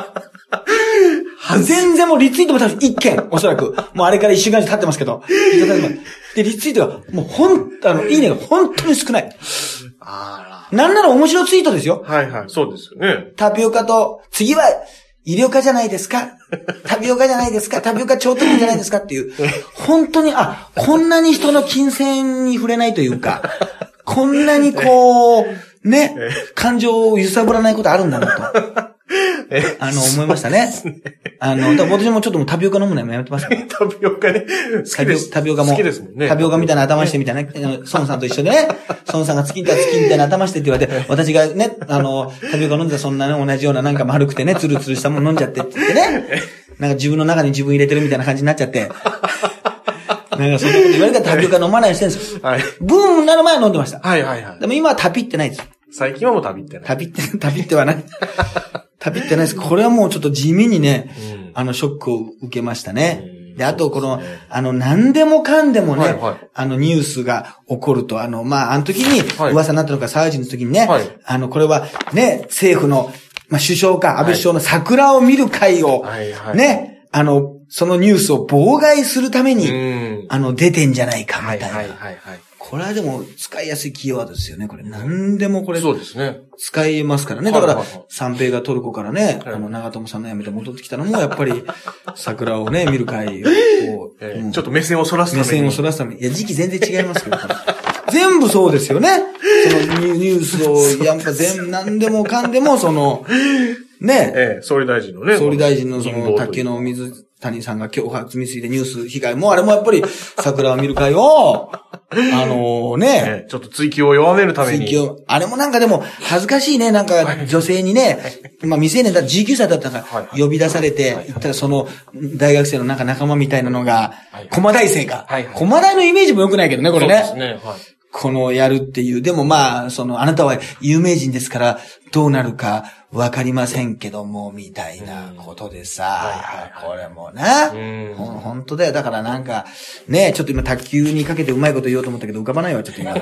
全然もうリツイートも多分1件、おそらく。もうあれから1週間以上経ってますけど。で、リツイートが、もういいねが本当に少ない。なんなら面白ツイートですよ。 はいはい、そうですよね。 タピオカと、次は、医療科じゃないですかタピオカじゃないですかタピオカ超特技じゃないですかっていう。本当に、こんなに人の金銭に触れないというか、こんなにこう、ね、感情を揺さぶらないことあるんだなと。思いましたね。私もちょっともうタピオカ飲むのやめてますから。 タピオカね。 タピオカも。 好きですもんね。 タピオカみたいな頭してみたいな、孫さんと一緒でね。孫さんが月みたいな頭してって言われて、私がね、タピオカ飲んでたそんなね、同じようななんか丸くてね、ツルツルしたもの飲んじゃってって言ってね。なんか自分の中に自分入れてるみたいな感じになっちゃって。なんかそんなこと言われたらタピオカ飲まないようにしてるんですよ。はい。ブームになる前は飲んでました。 はいはいはい。 でも今はタピってないです。 最近はもうタピってない。 タピってはない。タピってないです。これはもうちょっと地味にね、ショックを受けましたね。で、あとこの、何でもかんでもね、ニュースが起こると、あの時に噂になったのか、サウジの時にね、これはね、政府の、首相か、安倍首相の桜を見る会を、ね、そのニュースを妨害するために、出てんじゃないか、みたいな。これはでも使いやすいキーワードですよね。これ何でもこれ。 そうですね。 使えますからね。だから、三平がトルコからね、長友さんの辞めて戻ってきたのも、やっぱり、桜をね、見る会を、 ちょっと目線をそらすために。 目線をそらすために。いや、時期全然違いますけど、全部そうですよね。そのニュースを、やっぱ何でもかんでも、ね。 総理大臣のね。 総理大臣の竹野水谷さんが脅迫未遂でニュース被害も、あれもやっぱり桜を見る会を、ね。 ちょっと追及を弱めるために。 あれもなんかでも、恥ずかしいね、なんか女性にね、未成年だったら19歳だったから呼び出されて、言ったらその大学生のなんか仲間みたいなのが、駒大生か。駒大のイメージも良くないけどね、これね。そうですね。やるっていう。でもあなたは有名人ですから、どうなるかわかりませんけども、みたいなことでさ、これもな、本当だよ。だからなんか、ね、ちょっと今卓球にかけてうまいこと言おうと思ったけど浮かばないわ、ちょっと今。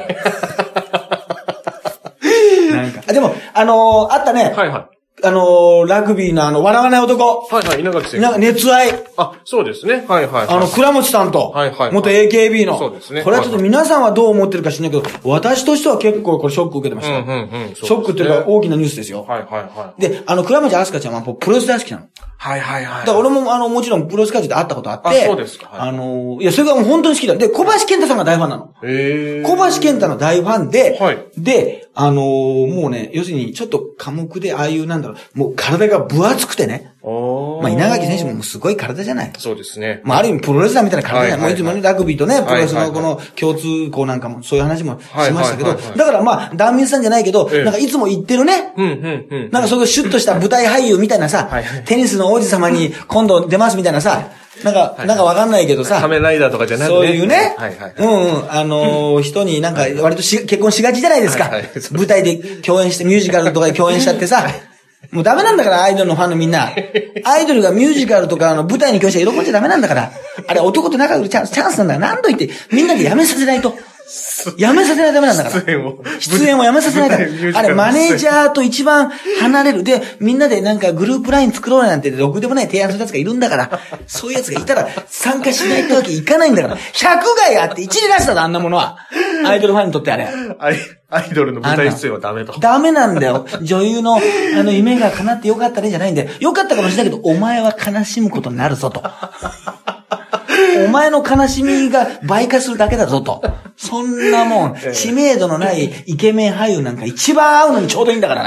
なんか。でも、あったね。はいはい。ラグビーの笑わない男。 はいはい、稲垣選手。 熱愛。 そうですね。はいはい。 倉持さんと。はいはい。元 AKB の。 そうですね。 これはちょっと皆さんはどう思ってるか知らないけど、私としては結構これショック受けてました。ショックっていうか大きなニュースですよ。はいはいはい。で、倉持明日香ちゃんはプロレス大好きなの。 はいはいはい。 だから俺ももちろんプロレス会場で会ったことあって。 そうですか。 いや、それがもう本当に好きだ。で、小橋健太さんが大ファンなの。小橋健太の大ファンで、で、もうね、要するにちょっと寡黙で、ああいうもう体が分厚くてね。稲垣選手もすごい体じゃない。 そうですね。 ある意味プロレスラーみたいな体じゃない。もういつもね、ラグビーとね、プロレスのこの共通項なんかも、そういう話もしましたけど、だから断密さんじゃないけど、なんかいつも言ってるね。なんかそういうシュッとした舞台俳優みたいなさ、テニスの王子様に今度出ますみたいなさ、なんかわかんないけどさ。 仮面ライダーとかじゃなくて。 そういうね。人になんか割と結婚しがちじゃないですか。舞台で共演して、ミュージカルとかで共演しちゃってさ。もうダメなんだから、アイドルのファンのみんな。アイドルがミュージカルとか舞台に共演して喜んじゃダメなんだから。あれ男と仲良くチャンスなんだから。何度言って、みんなでやめさせないと。やめさせないとダメなんだから。出演をやめさせないと。あれ、マネージャーと一番離れる。で、みんなでなんかグループライン作ろうなんて、ろくでもない提案する奴がいるんだから、そういう奴がいたら参加しないってわけいかないんだから。100害あって一理出しただ、あんなものは。アイドルファンにとってあれ。 アイドルの舞台出演はダメと。 ダメなんだよ。女優の夢が叶ってよかったねじゃないんだよ。よかったかもしれないけど、お前は悲しむことになるぞと。お前の悲しみが倍化するだけだぞと。そんなもん、知名度のないイケメン俳優なんか一番会うのにちょうどいいんだからな。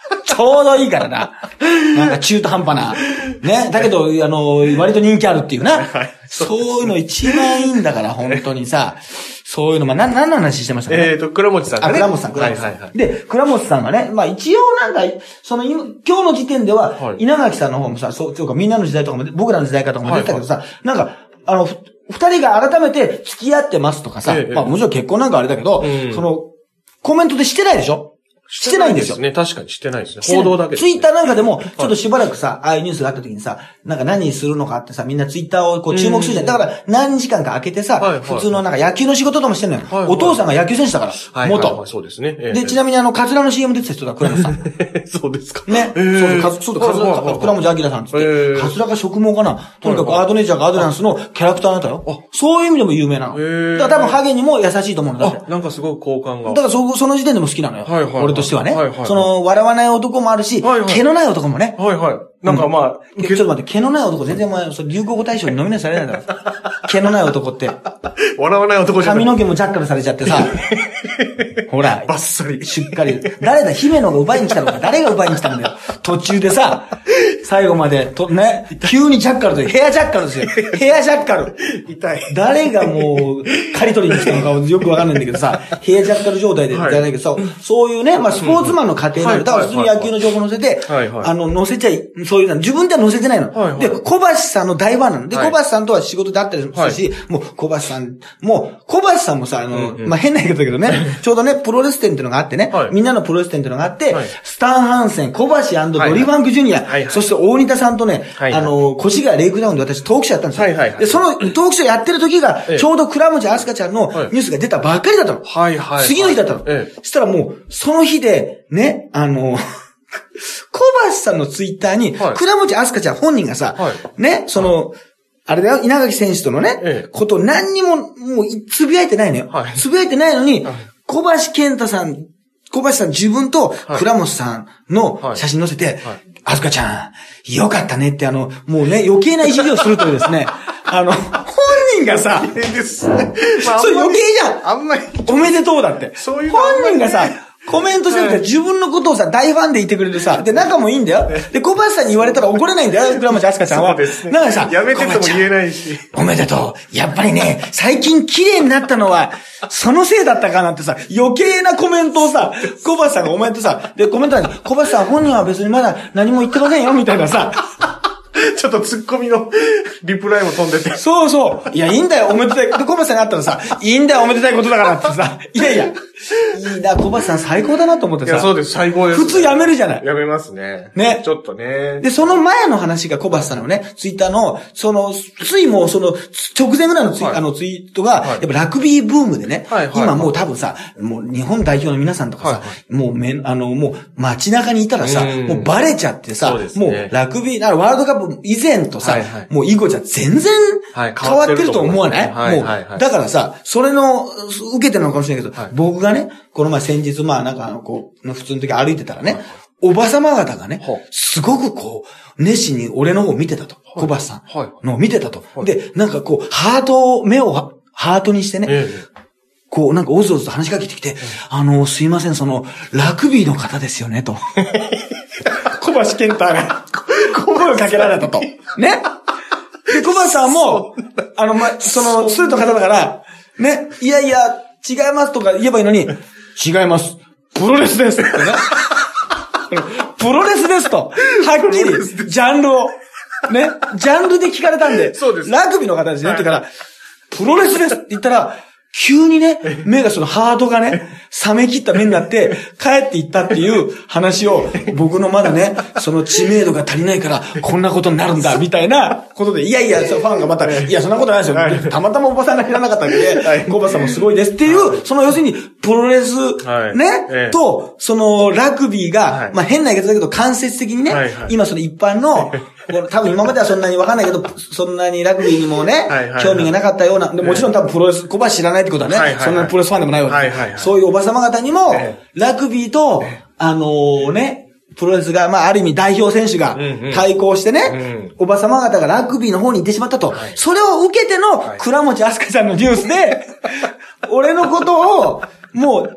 ちょうどいいからな。なんか中途半端な。ね。だけど、割と人気あるっていうな。そういうの一番いいんだから、本当にさ。そういうの、何の話してましたかね。 倉持さんね。 倉持さん。で、倉持さんがね、一応なんか、今日の時点では、稲垣さんの方もさ、そうか、みんなの時代とかも、僕らの時代かとかも出てたけどさ、なんか、二人が改めて付き合ってますとかさ、もちろん結婚なんかあれだけど、コメントでしてないでしょ？してないんですよ。 ね、確かにしてないですね。報道だけで。 ツイッターなんかでも、ちょっとしばらくさ、ああいうニュースがあった時にさ、なんか何するのかってさ、みんなツイッターをこう注目するじゃん。だから何時間か空けてさ、普通のなんか野球の仕事ともしてんのよ。お父さんが野球選手だから、元。 そうですね。 で、ちなみにカツラの CM 出てた人だ、倉持さん。 そうですか。 ね。そう、倉持明さんつって、カツラが植毛かな。とにかくアートネイチャーがアドレナンスのキャラクターなんだよ。そういう意味でも有名なの。だから多分ハゲにも優しいと思うんだって。 なんかすごく好感が。 だからその時点でも好きなのよ。俺としてはね。笑わない男もあるし、毛のない男もね。 なんかまあ、 ちょっと待って、毛のない男全然流行語大賞にノミネートされないだろ。毛のない男って。 笑わない男じゃない。 髪の毛もジャッカルされちゃってさ。ほら。 バッサリ。 しっかり。誰だ、姫野が奪いに来たのか。誰が奪いに来たんだよ。途中でさ、最後まで、ね、急にジャッカルとヘアジャッカルですよ。ヘアジャッカル。 痛い。 誰がもう、刈り取りに来たのかよくわかんないんだけどさ、ヘアジャッカル状態で、じゃないけどさ、そういうね、スポーツマンの家庭なの。だから普通に野球の情報載せて、載せちゃい、そういうの、自分では載せてないの。で、小橋さんの大ファンなの。で、小橋さんとは仕事で会ったりするし、もう小橋さんもさ、変な言い方だけどね、ちょうどね、プロレス店っていうのがあってね、みんなのプロレス店っていうのがあって、スタンハンセン、小橋&ドリバンクジュニア、そして大仁田さんとね、越谷レイクダウンで私トークショーやったんですよ。で、そのトークショーやってる時が、ちょうど倉持明日香ちゃんのニュースが出たばっかりだったの。次の日だったの。そしたらもう、その日で、ね、小橋さんのツイッターに、倉持明日香ちゃん本人がさ、ね、あれだよ、稲垣選手とのね、こと何にも、もう、つぶやいてないのよ。つぶやいてないのに、小橋さん自分と倉持さんの写真載せて、明日香ちゃん、よかったねって、もうね、余計ないじりをするとですね、本人がさ、それ余計じゃん。 あんまり。 おめでとうだって。本人がさ、コメントしてるから自分のことをさ、大ファンでいてくれるさ、で、仲もいいんだよ。で、小橋さんに言われたら怒れないんだよ、倉持明日香ちゃんは。 そうですね。 だからさ、 やめてとも言えないし。 おめでとう。やっぱりね、最近綺麗になったのは、そのせいだったかなってさ、余計なコメントをさ、小橋さんがお前とさ、で、コメント欄に、小橋さん本人は別にまだ何も言ってませんよ、みたいなさ、 ちょっとツッコミのリプライも飛んでて。 そうそう。いや、いいんだよ、おめでたい。で、小橋さんに会ったらさ、いいんだよ、おめでたいことだからってさ、いやいや、いいな、小橋さん最高だなと思ってさ。 いや、そうです、最高です、 普通やめるじゃない。 やめますね。 ね。 ちょっとね。 で、その前の話が小橋さんのね、ツイッターの、ついもう直前ぐらいのツイートが、やっぱラグビーブームでね、今もう多分さ、もう日本代表の皆さんとかさ、もう街中にいたらさ、もうバレちゃってさ、もうラグビー、ワールドカップ以前とさ、もう囲碁じゃ全然変わってると思わない？もう、だからさ、それの、受けてるのかもしれないけど、僕がね、この前先日、なんか普通の時歩いてたらね、おばさま方がね、すごく熱心に俺の方を見てたと。小橋さんのを見てたと。で、なんか目をハートにしてね、なんかおずおずと話しかけてきて、すいません、ラグビーの方ですよね、と。小橋健太が、声をかけられたと。ね。で、小橋さんも、スーツの方だから、ね、いやいや、違いますとか言えばいいのに、違います。プロレスですってね。プロレスですと。はっきり、ジャンルを。ね。ジャンルで聞かれたんで。 そうです。 ラグビーの方ですね。って言ったら、プロレスですって言ったら、急にね、目がハートがね、冷め切った目になって、帰っていったっていう話を、僕のまだね、知名度が足りないから、こんなことになるんだ、みたいなことで、いやいや、ファンがまた、いや、そんなことないですよ。たまたまおばさんが知らなかったんで、小橋さんもすごいですっていう、要するに、プロレス、ね、と、ラグビーが、変な言い方だけど、間接的にね、今一般の、多分今まではそんなにわかんないけど、そんなにラグビーにもね、興味がなかったような、もちろん多分プロレス、小橋知らないってことはね、そんなにプロレスファンでもないわけで、そういうおばさま方にも、ラグビーと、プロレスが、ある意味代表選手が対抗してね、おばさま方がラグビーの方に行ってしまったと。それを受けての倉持明日香さんのニュースで、俺のことを、もう、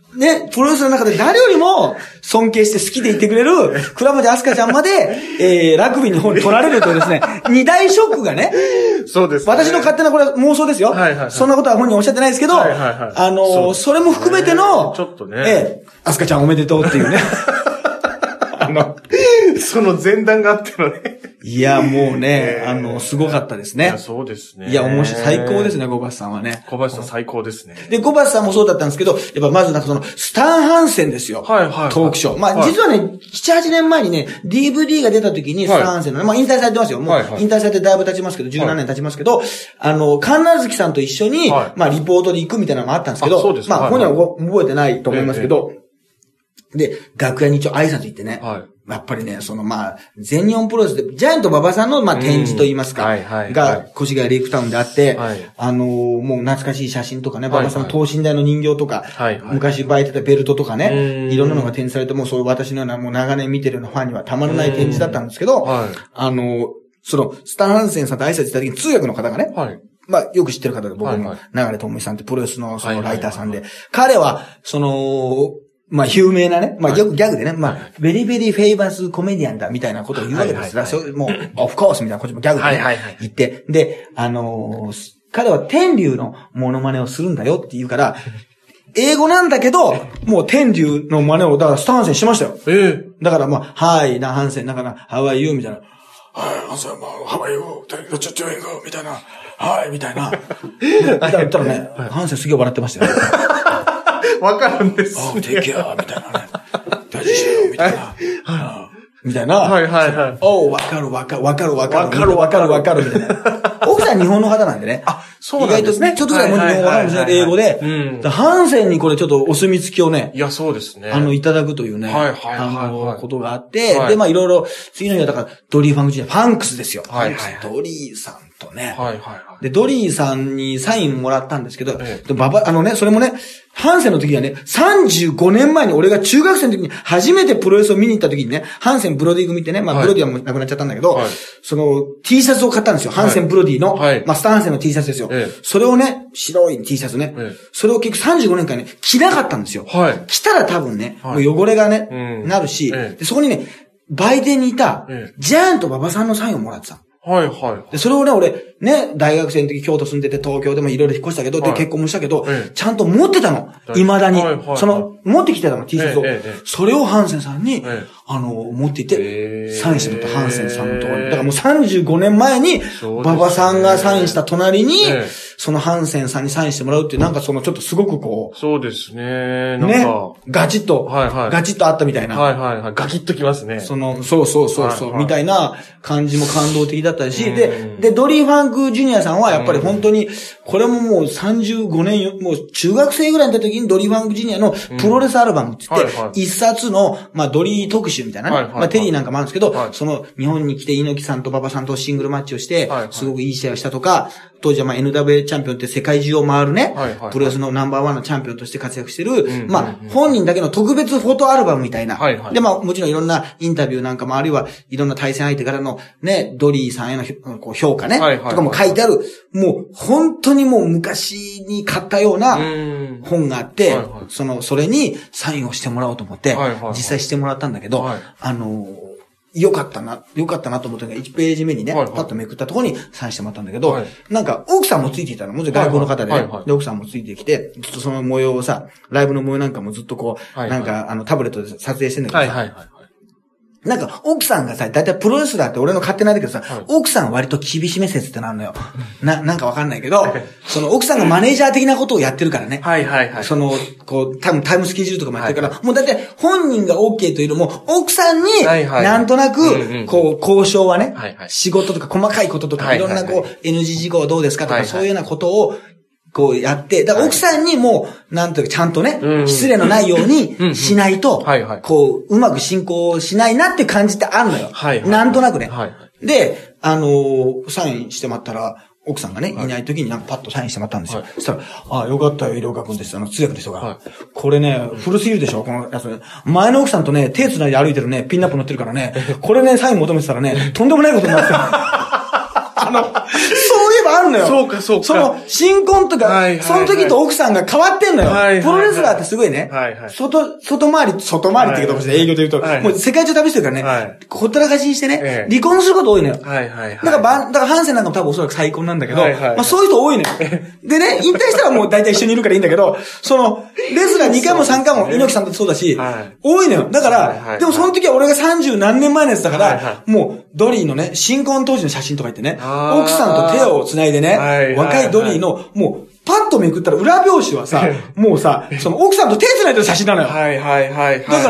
ね、プロレスの中で誰よりも尊敬して好きでいてくれる、倉持明日香ちゃんまで、ラグビーの方に取られるとですね、二大ショックがね、 そうです、ね。 私の勝手なこれ妄想ですよ。 はいはいはい。 そんなことは本人おっしゃってないですけど、 はいはいはい、 それも含めての、 ちょっとね。 明日香ちゃんおめでとうっていうね。 その前段があってのね。 いや、もうね、すごかったですね。 いや、そうですね。 いや、面白い、最高ですね、小橋さんはね。 小橋さん最高ですね。 で、小橋さんもそうだったんですけど、やっぱまずなんかその、スタンハンセンですよ。 はいはい。 トークショー。まあ、実はね、7、8年前にね、DVD が出た時に、スタンハンセンのね、まあ、引退されてますよ。もう、引退されてだいぶ経ちますけど、17年経ちますけど、神奈月さんと一緒に、まあ、リポートで行くみたいなのがあったんですけど、 そうです。 まあ、本人は覚えてないと思いますけど、で、楽屋に一応挨拶行ってね、やっぱりね、まあ、全日本プロレスで、ジャイアント馬場さんの、まあ、展示といいますか、が、越谷レイクタウンであって、もう懐かしい写真とかね、馬場さんの等身大の人形とか、昔履いてたベルトとかね、いろんなのが展示されて、もうそういう私のような、もう長年見てるようなファンにはたまらない展示だったんですけど、スタンハンセンさんと挨拶した時に通訳の方がね、まあ、よく知ってる方で僕も、流智美さんってプロレスのライターさんで、彼は、まあ、有名なね、まあ、ギャグでね、まあ、ベリーベリーフェイバースコメディアンだ、みたいなことを言うわけです。もう、オフコースみたいな、こっちもギャグでね、言って、で、彼は天竜のモノマネをするんだよって言うから、英語なんだけど、もう天竜の真似を、だからスタンハンセンしましたよ。だからまあ、はい、ハンセン、だから、How are you? みたいな。はい、ハンセン、How are you? What you doing? みたいな。はい、みたいな。言ったらね、ハンセンすげえ笑ってましたよ。 わかるんです。 take care みたいなね。大事にしろよ、みたいな。みたいな。 はいはいはい。 わかる、みたいな。奥さん日本の方なんでね。 あ、そうなんですね。 意外とちょっとぐらい日本語わかるんですね、英語で。ハンセンにこれちょっとお墨付きをね。 いや、そうですね。 いただくというね。ことがあって。で、まあいろいろ、次の日はだから、ドリー・ファンクジュニア、ファンクスですよ。ドリーさんとね。で、ドリーさんにサインもらったんですけど、それもね、ハンセンの時はね、35年前に俺が中学生の時に初めてプロレスを見に行った時にね、ハンセンブロディ組ってね、まあブロディはもう亡くなっちゃったんだけど、その T シャツを買ったんですよ。ハンセンブロディの、まあスタンハンセンの T シャツですよ。それをね、白い T シャツね、それを結局35年間ね、着なかったんですよ。着たら多分ね、もう汚れがね、なるし、で、そこにね、売店にいた、ジャイアント馬場さんのサインをもらってた。で、それをね、俺、ね、大学生の時京都住んでて東京でもいろいろ引っ越したけど、で、結婚もしたけど、ちゃんと持ってたの。未だに。持ってきてたの、T シャツを。それをハンセンさんに、持っていて、サインしてもらったハンセンさんのところに。だからもう35年前に、馬場さんがサインした隣に、そのハンセンさんにサインしてもらうっていう、なんかちょっとすごくこう。 そうですね。 ね。ガチッとあったみたいな。 ガキッときますね。 そう、みたいな感じも感動的だったし、で、ドリー・ファンク・ジュニアさんはやっぱり本当に、これももう35年、もう中学生ぐらいの時にドリー・ファンク・ジュニアのプロレスアルバムって言って、一冊の、まあドリー特集みたいなね。まあテリーなんかもあるんですけど、その日本に来て猪木さんと馬場さんとシングルマッチをして、すごくいい試合をしたとか、当時はまあ NWA チャンピオンって世界中を回るね、プロレスのナンバーワンのチャンピオンとして活躍してる、まあ本人だけの特別フォトアルバムみたいな。で、まあもちろんいろんなインタビューなんかもあるいはいろんな対戦相手からのね、ドリーさんへの評価ね、とかも書いてある、もう本当にもう昔に買ったような本があって、それにサインをしてもらおうと思って、実際してもらったんだけど、よかったなと思ったのが1ページ目にね、パッとめくったところにサインしてもらったんだけど、なんか奥さんもついていたの。もちろん外国の方でね。で、奥さんもついてきて、ずっとその模様をさ、ライブの模様なんかもずっとこう、なんかタブレットで撮影してんだけどさ、なんか、奥さんがさ、だいたいプロレスラーって俺の勝手なんだけどさ、奥さん割と厳しめ説ってなるのよ。なんかわかんないけど、その奥さんがマネージャー的なことをやってるからね。こう、多分タイムスケジュールとかもやってるから、もうだいたい本人が OK というよりも、奥さんに、なんとなく、こう、交渉はね、仕事とか細かいこととか、いろんなこう、NG 事項はどうですかとか、そういうようなことを、こうやって、だから奥さんにもう、なんというかちゃんとね、失礼のないようにしないと、こう、うまく進行しないなって感じってあるのよ。なんとなくね。で、サインしてもらったら、奥さんがね、いない時になんかパッとサインしてもらったんですよ。そしたら、よかったよ、医療科君です。通訳の人が。これね、古すぎるでしょこのやつ。前の奥さんとね、手繋いで歩いてるね、ピンナップ乗ってるからね、これね、サイン求めてたらね、とんでもないことになってた。 いえばあるのよ。 そうか。 その、新婚とか、その時と奥さんが変わってんのよ。プロレスラーってすごいね。外回りって言うと営業で言うと、もう世界中旅してるからね、ほったらかしにしてね、離婚すること多いのよ。だからハンセンなんかも多分おそらく再婚なんだけど、そういう人多いのよ。でね、引退したらもう大体一緒にいるからいいんだけど、その、レスラー2回も3回も猪木さんとそうだし、多いのよ。だから、でもその時は俺が30何年前のやつだから、もうドリーのね、新婚当時の写真とか言ってね、奥さんと手を繋いでね、若いドリーの、もう、パッとめくったら裏表紙はさ、もうさ、その奥さんと手繋いでる写真なのよ。だから、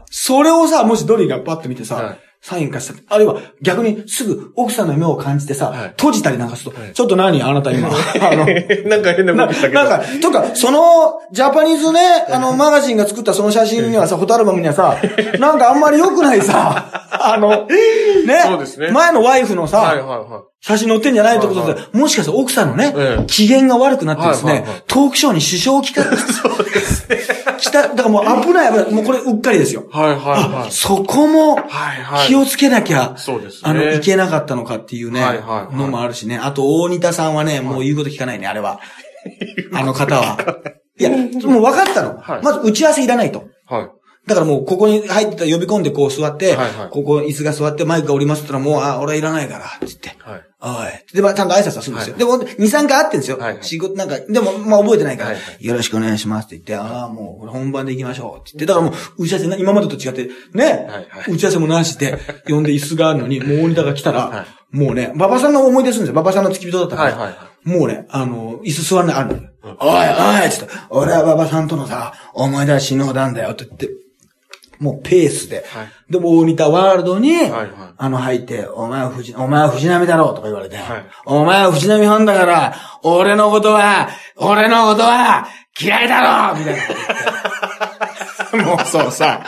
それをさ、もしドリーがパッと見てさ、サイン貸した。あるいは逆にすぐ奥さんの目を感じてさ、閉じたりなんかすると、ちょっと何あなた今。 なんか変なことしたけど。 とか、その、ジャパニーズね、マガジンが作ったその写真にはさ、フォトアルバムにはさ、なんかあんまり良くないさ、ね。そうですね。前のワイフのさ、写真載ってんじゃないってことで、もしかしたら奥さんのね、機嫌が悪くなってですね、トークショーに支障をきた、だからもう危ない、もうこれうっかりですよ。そこも気をつけなきゃ、いけなかったのかっていうね、のもあるしね。あと、大仁田さんはね、もう言うこと聞かないね、あれは。あの方は。いや、もう分かったの。まず打ち合わせいらないと。だからもうここに入ってた呼び込んでこう座って、ここ椅子が座ってマイクが降りますって言ったらもう、俺はいらないから、って言って。おい。で、ちゃんと挨拶はするんですよ。でも、2、3回会ってんですよ。仕事なんか、でも、覚えてないから、よろしくお願いしますって言って、もう、本番で行きましょうって言って、だからもう、打ち合わせ、今までと違って、ね、打ち合わせもなしで、呼んで椅子があるのに、もう大仁田が来たら、もうね、馬場さんの思い出するんですよ。馬場さんの付き人だったから。もうね、椅子座るのあるのよ。おいつって、俺は馬場さんとのさ、思い出は死ぬほどなんだよって言って、もうペースで。でも、大仁田ワールドに、入って、お前は藤波だろうとか言われて、お前は藤波ファンだから、俺のことは嫌いだろみたいな。もうそうさ、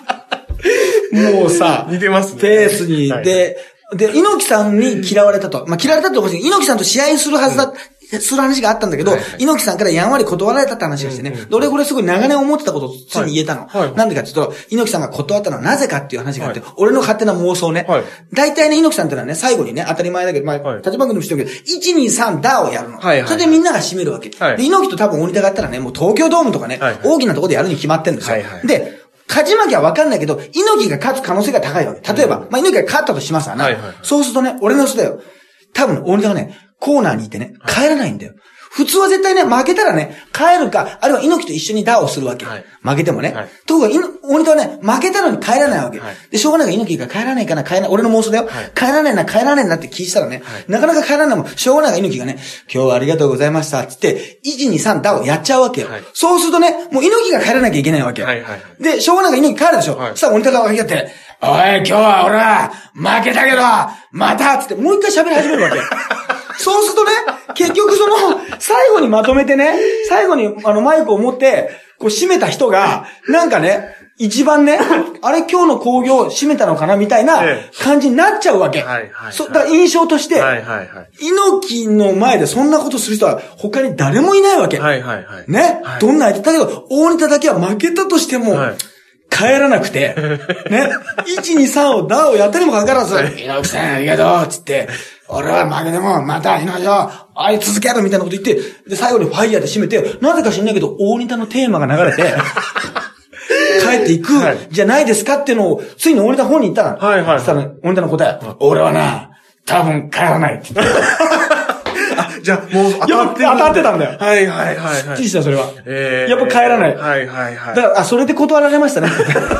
似てますね。 ペースに、で、猪木さんに嫌われたと。嫌われたってことですけど、猪木さんと試合するはずだ、する話があったんだけど、猪木さんからやんわり断られたって話がしてね。俺これすごい長年思ってたことをついに言えたの。なんでかっていうと、猪木さんが断ったのはなぜかっていう話があって、俺の勝手な妄想ね。大体ね、猪木さんってのはね、最後にね、当たり前だけど、立場君でも知ってるけど、1、2、3、ダーをやるの。それでみんなが締めるわけ。で、猪木と多分大仁田がやったらね、もう東京ドームとかね、大きなところでやるに決まってるんですよ。で、勝ち負けは分かんないけど、猪木が勝つ可能性が高いわけ。例えば、猪木が勝ったとしますわな。そうするとね、俺の予想だよ。多分、大仁田がね、コーナーにいてね、帰らないんだよ。普通は絶対ね、負けたらね、帰るか、あるいは猪木と一緒にダーをするわけ。負けてもね。ところが、大仁田はね、負けたのに帰らないわけ。で、しょうがないから猪木が帰らないかな、俺の妄想だよ。帰らないなって聞いたらね、なかなか帰らないもん、しょうがないから猪木がね、今日はありがとうございました、って言って、1、2、3、ダーをやっちゃうわけよ。そうするとね、もう猪木が帰らなきゃいけないわけ。で、しょうがないから猪木帰るでしょ。そしたら大仁田が分かって、おい、今日は俺は負けたけど、またつってもう一回喋り始めるわけ。そうするとね、結局その、最後にまとめてね、最後にマイクを持って、こう締めた人が、なんかね、一番ね、あれ今日の興行締めたのかなみたいな感じになっちゃうわけ。だから印象として、猪木の前でそんなことする人は他に誰もいないわけ。ね。どんな相手だけど、大仁田だけは負けたとしても、帰らなくて、ね。1、2、3をダーをやったにもかかわらず、猪木さんありがとうつって、俺は負けても、また、猪木よ、続けろみたいなこと言って、で、最後にファイヤーで締めて、なぜか知んないけど、大仁田のテーマが流れて、帰っていく、じゃないですかっていうのを、ついに大仁田本人言ったら、そしたら、大仁田の答え、俺はな、多分帰らないって言って。 じゃあ、もう当たってたんだよ。すっきりした、それは。やっぱ帰らない。だから、それで断られましたね。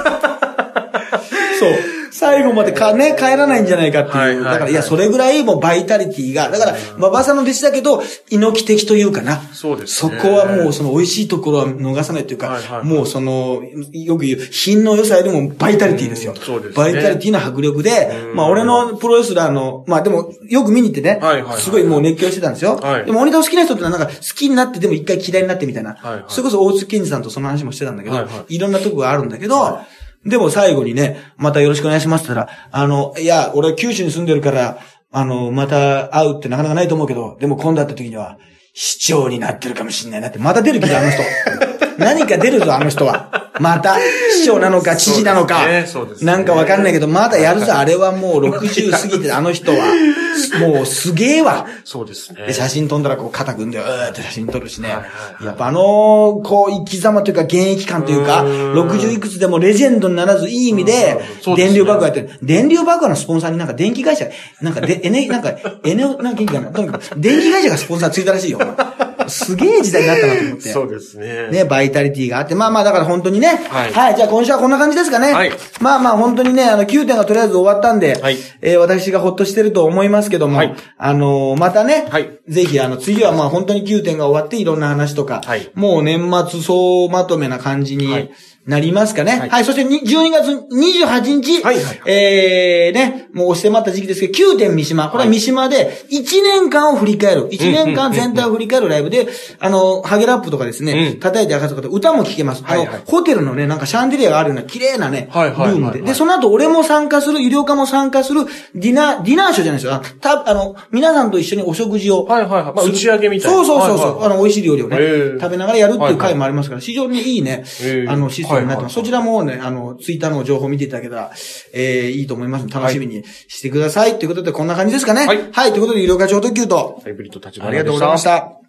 そう。最後まで帰らないんじゃないかっていう。だから、いや、それぐらいもうバイタリティが、だから、馬場さんの弟子だけど、猪木的というかな。そうです。そこはもうその美味しいところは逃さないというか、もうその、よく言う、品の良さよりもバイタリティですよ。そうです。バイタリティの迫力で、俺のプロレスラーの、でも、よく見に行ってね、すごいもう熱狂してたんですよ。でも、大仁田を好きな人ってのはなんか、好きになってでも一回嫌いになってみたいな。それこそ大津健二さんとその話もしてたんだけど、いろんなとこがあるんだけど、でも最後にね、またよろしくお願いしますって言ったら、いや、俺九州に住んでるから、また会うってなかなかないと思うけど、でも今度会った時には、市長になってるかもしんないなって、また出る気だ、あの人。何か出るぞ、あの人は。また、市長なのか、知事なのか、なんかわかんないけど、まだやるぞ、あれはもう60過ぎて、あの人は。 もうすげえわ。 そうですね。 で、写真撮んだらこう肩組んで、って写真撮るしね。 はいはいはい、 やっぱこう、生き様というか現役感というか、60いくつでもレジェンドにならずいい意味で、電流爆破やってる。電流爆破のスポンサーになんか電気会社、なんか電気かな。とにかく電気会社がスポンサーついたらしいよ。すげえ時代になったなと思って。 そうですね。 ね、バイタリティがあって。まあだから本当にね。 はい。 はい、じゃあ今週はこんな感じですかね。はい。まあ本当にね、9点がとりあえず終わったんで、はい。私がほっとしてると思いますけども、はい。またね、はい。ぜひ次はまあ本当に9点が終わっていろんな話とか、はい。もう年末総まとめな感じに、はい。なりますかね。はい。はい、そして12月28日。はい、はい。ね、もう押してまった時期ですけど、9点三島。これは三島で、1年間を振り返る。1年間全体を振り返るライブで、ハゲラップとかですね、叩いて明かす方、歌も聴けます。はい、はい。ホテルのね、なんかシャンデリアがあるような綺麗なね、はい、ルームで。で、その後俺も参加する、医療科も参加する、ディナーショーじゃないですよ。皆さんと一緒にお食事を。はい、はい、はい。まあ、打ち上げみたいな。そう。美味しい料理をね、食べながらやるっていう会もありますから、非常にいいね、システムになってます。そちらもね、ツイッターの情報を見ていただけたら、いいと思いますので、楽しみにしてください。ということで、こんな感じですかね。はい。はい。ということで、医療課長特急と、 ハイブリッド立花でした。 ありがとうございました。